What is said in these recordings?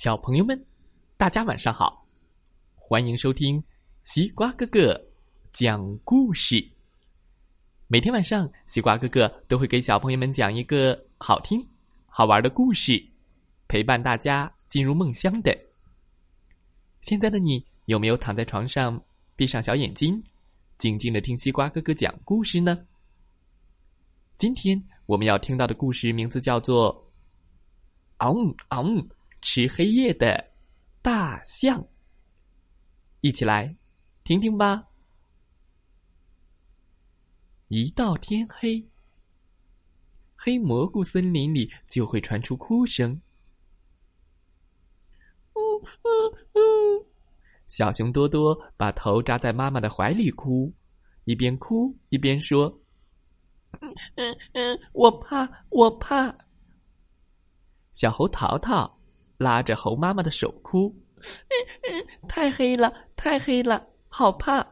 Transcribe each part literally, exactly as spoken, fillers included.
小朋友们，大家晚上好，欢迎收听西瓜哥哥讲故事。每天晚上，西瓜哥哥都会给小朋友们讲一个好听、好玩的故事，陪伴大家进入梦乡的。现在的你有没有躺在床上，闭上小眼睛，静静地听西瓜哥哥讲故事呢？今天我们要听到的故事名字叫做嗷嗷吃黑夜的大象，一起来听听吧。一到天黑，黑蘑菇森林里就会传出哭声。呜呜呜！小熊多多把头扎在妈妈的怀里哭，一边哭一边说：“嗯嗯嗯，我怕，我怕。”小猴淘淘拉着猴妈妈的手哭：“嗯嗯，太黑了，太黑了，好怕。”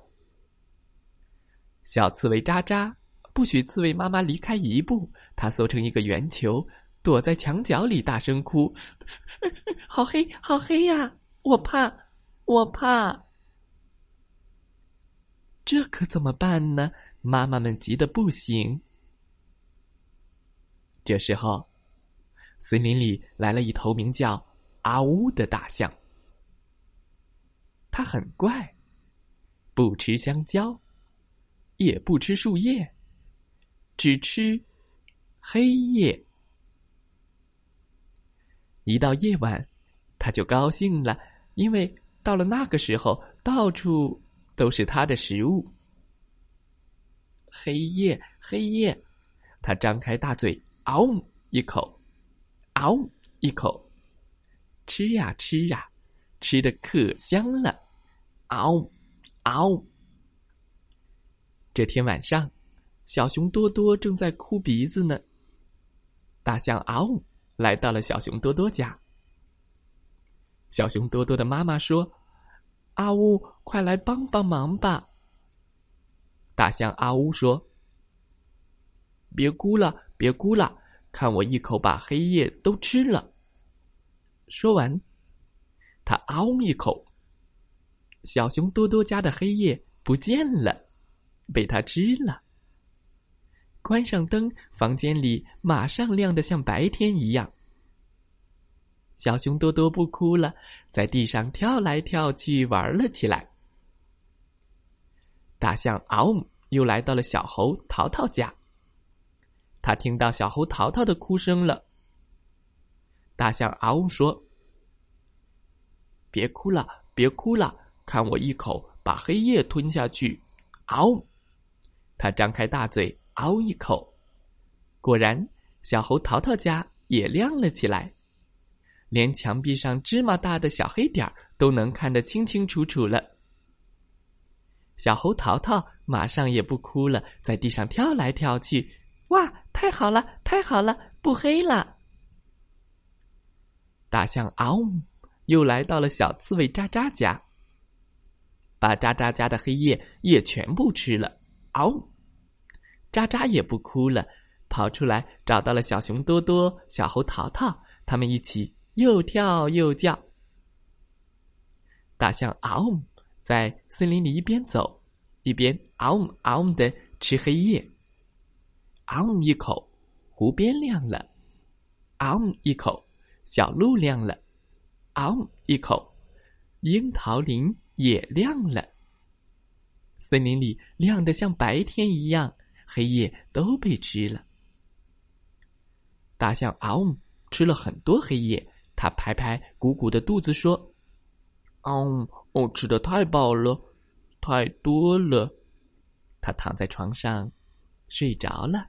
小刺猬渣渣不许刺猬妈妈离开一步，它缩成一个圆球，躲在墙角里大声哭：“好黑，好黑呀！我怕，我怕。”这可怎么办呢？妈妈们急得不行。这时候，森林里来了一头名叫阿乌的大象。它很怪，不吃香蕉，也不吃树叶，只吃黑夜。一到夜晚，它就高兴了，因为到了那个时候，到处都是它的食物。黑夜，黑夜，它张开大嘴，嗷一口，嗷一口，吃呀吃呀，吃得可香了，嗷嗷。这天晚上，小熊多多正在哭鼻子呢。大象嗷来到了小熊多多家。小熊多多的妈妈说：“阿乌，快来帮帮忙吧。”大象阿乌说：“别哭了，别哭了，看我一口把黑夜都吃了。”说完，他嗷一口，小熊多多家的黑夜不见了，被他吃了。关上灯，房间里马上亮得像白天一样。小熊多多不哭了，在地上跳来跳去玩了起来。大象嗷又来到了小猴淘淘家。他听到小猴淘淘的哭声了。大象嗷说：“别哭了，别哭了，看我一口把黑夜吞下去。”嗷！他张开大嘴，嗷一口。果然，小猴淘淘家也亮了起来，连墙壁上芝麻大的小黑点都能看得清清楚楚了。小猴淘淘马上也不哭了，在地上跳来跳去。哇，太好了，太好了，不黑了。大象嗷又来到了小刺猬渣渣家，把渣渣家的黑夜也全部吃了。嗷！渣渣也不哭了，跑出来找到了小熊多多、小猴淘淘，他们一起又跳又叫。大象嗷在森林里一边走，一边嗷嗷地吃黑夜。嗷一口，湖边亮了；嗷一口，小路亮了；嗷一口，樱桃林也亮了。森林里亮得像白天一样，黑夜都被吃了。大象嗷吃了很多黑夜，它拍拍鼓鼓的肚子说：“嗷，我吃得太饱了，太多了。”它躺在床上睡着了。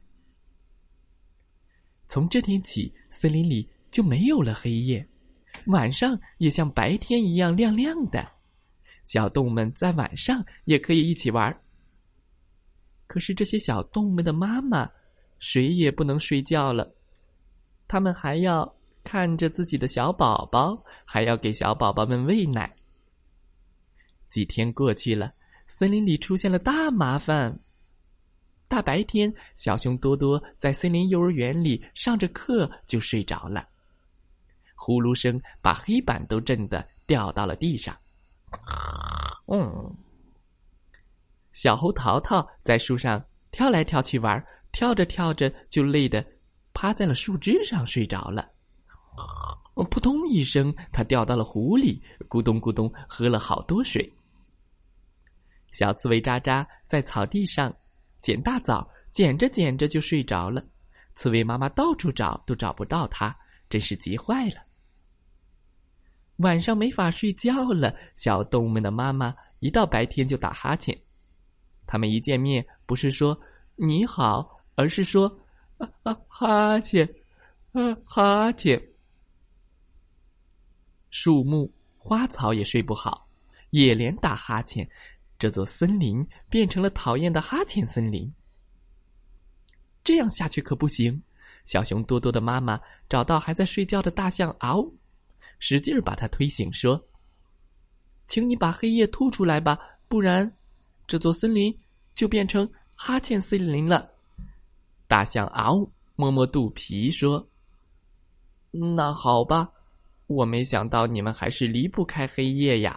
从这天起，森林里就没有了黑夜，晚上也像白天一样亮亮的。小动物们在晚上也可以一起玩。可是这些小动物们的妈妈谁也不能睡觉了，他们还要看着自己的小宝宝，还要给小宝宝们喂奶。几天过去了，森林里出现了大麻烦。大白天，小熊多多在森林幼儿园里上着课就睡着了。 呼噜声把黑板都震得掉到了地上。嗯，小猴淘淘在树上跳来跳去玩，跳着跳着就累得趴在了树枝上睡着了。扑通一声，他掉到了湖里，咕咚咕咚喝了好多水。小刺猬渣渣在草地上捡大枣，捡着捡着就睡着了。刺猬妈妈到处找都找不到它，真是急坏了。晚上没法睡觉了，小动物们的妈妈一到白天就打哈欠。他们一见面不是说你好，而是说啊啊哈欠，啊哈欠。树木、花草也睡不好，也连打哈欠。这座森林变成了讨厌的哈欠森林。这样下去可不行。小熊多多的妈妈找到还在睡觉的大象嗷，使劲把它推醒，说：请你把黑夜吐出来吧，不然这座森林就变成哈欠森林了。大象嗷摸摸肚皮说：那好吧，我没想到你们还是离不开黑夜呀。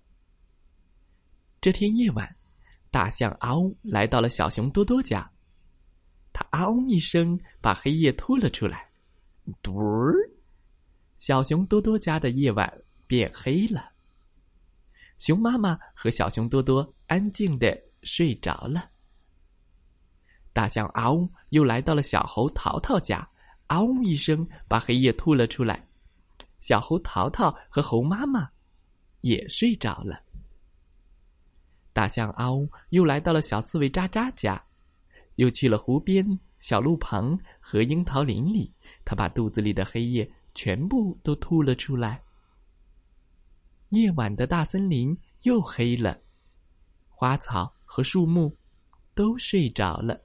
这天夜晚，大象嗷来到了小熊多多家，他嗷一声把黑夜吐了出来，嘟儿，小熊多多家的夜晚变黑了。熊妈妈和小熊多多安静地睡着了。大象嗷又来到了小猴淘淘家，嗷一声把黑夜吐了出来。小猴淘淘和猴妈妈也睡着了。大象嗷又来到了小刺猬渣渣家，又去了湖边、小路旁和樱桃林里，他把肚子里的黑夜全部都吐了出来。夜晚的大森林又黑了，花草和树木都睡着了。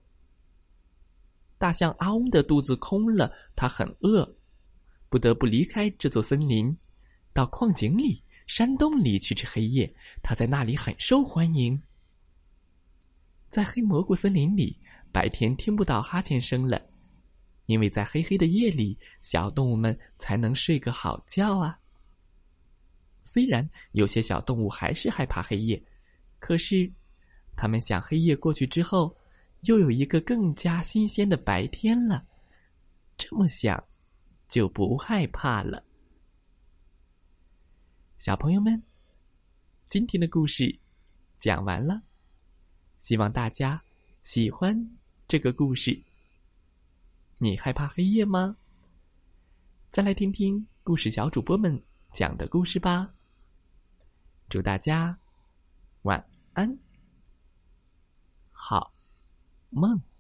大象嗷的肚子空了，他很饿，不得不离开这座森林，到矿井里、山洞里去吃黑夜，他在那里很受欢迎。在黑蘑菇森林里，白天听不到哈欠声了，因为在黑黑的夜里，小动物们才能睡个好觉啊。虽然有些小动物还是害怕黑夜，可是他们想黑夜过去之后，又有一个更加新鲜的白天了，这么想就不害怕了。小朋友们，今天的故事讲完了，希望大家喜欢这个故事。你害怕黑夜吗？再来听听故事小主播们讲的故事吧。祝大家晚安，好梦。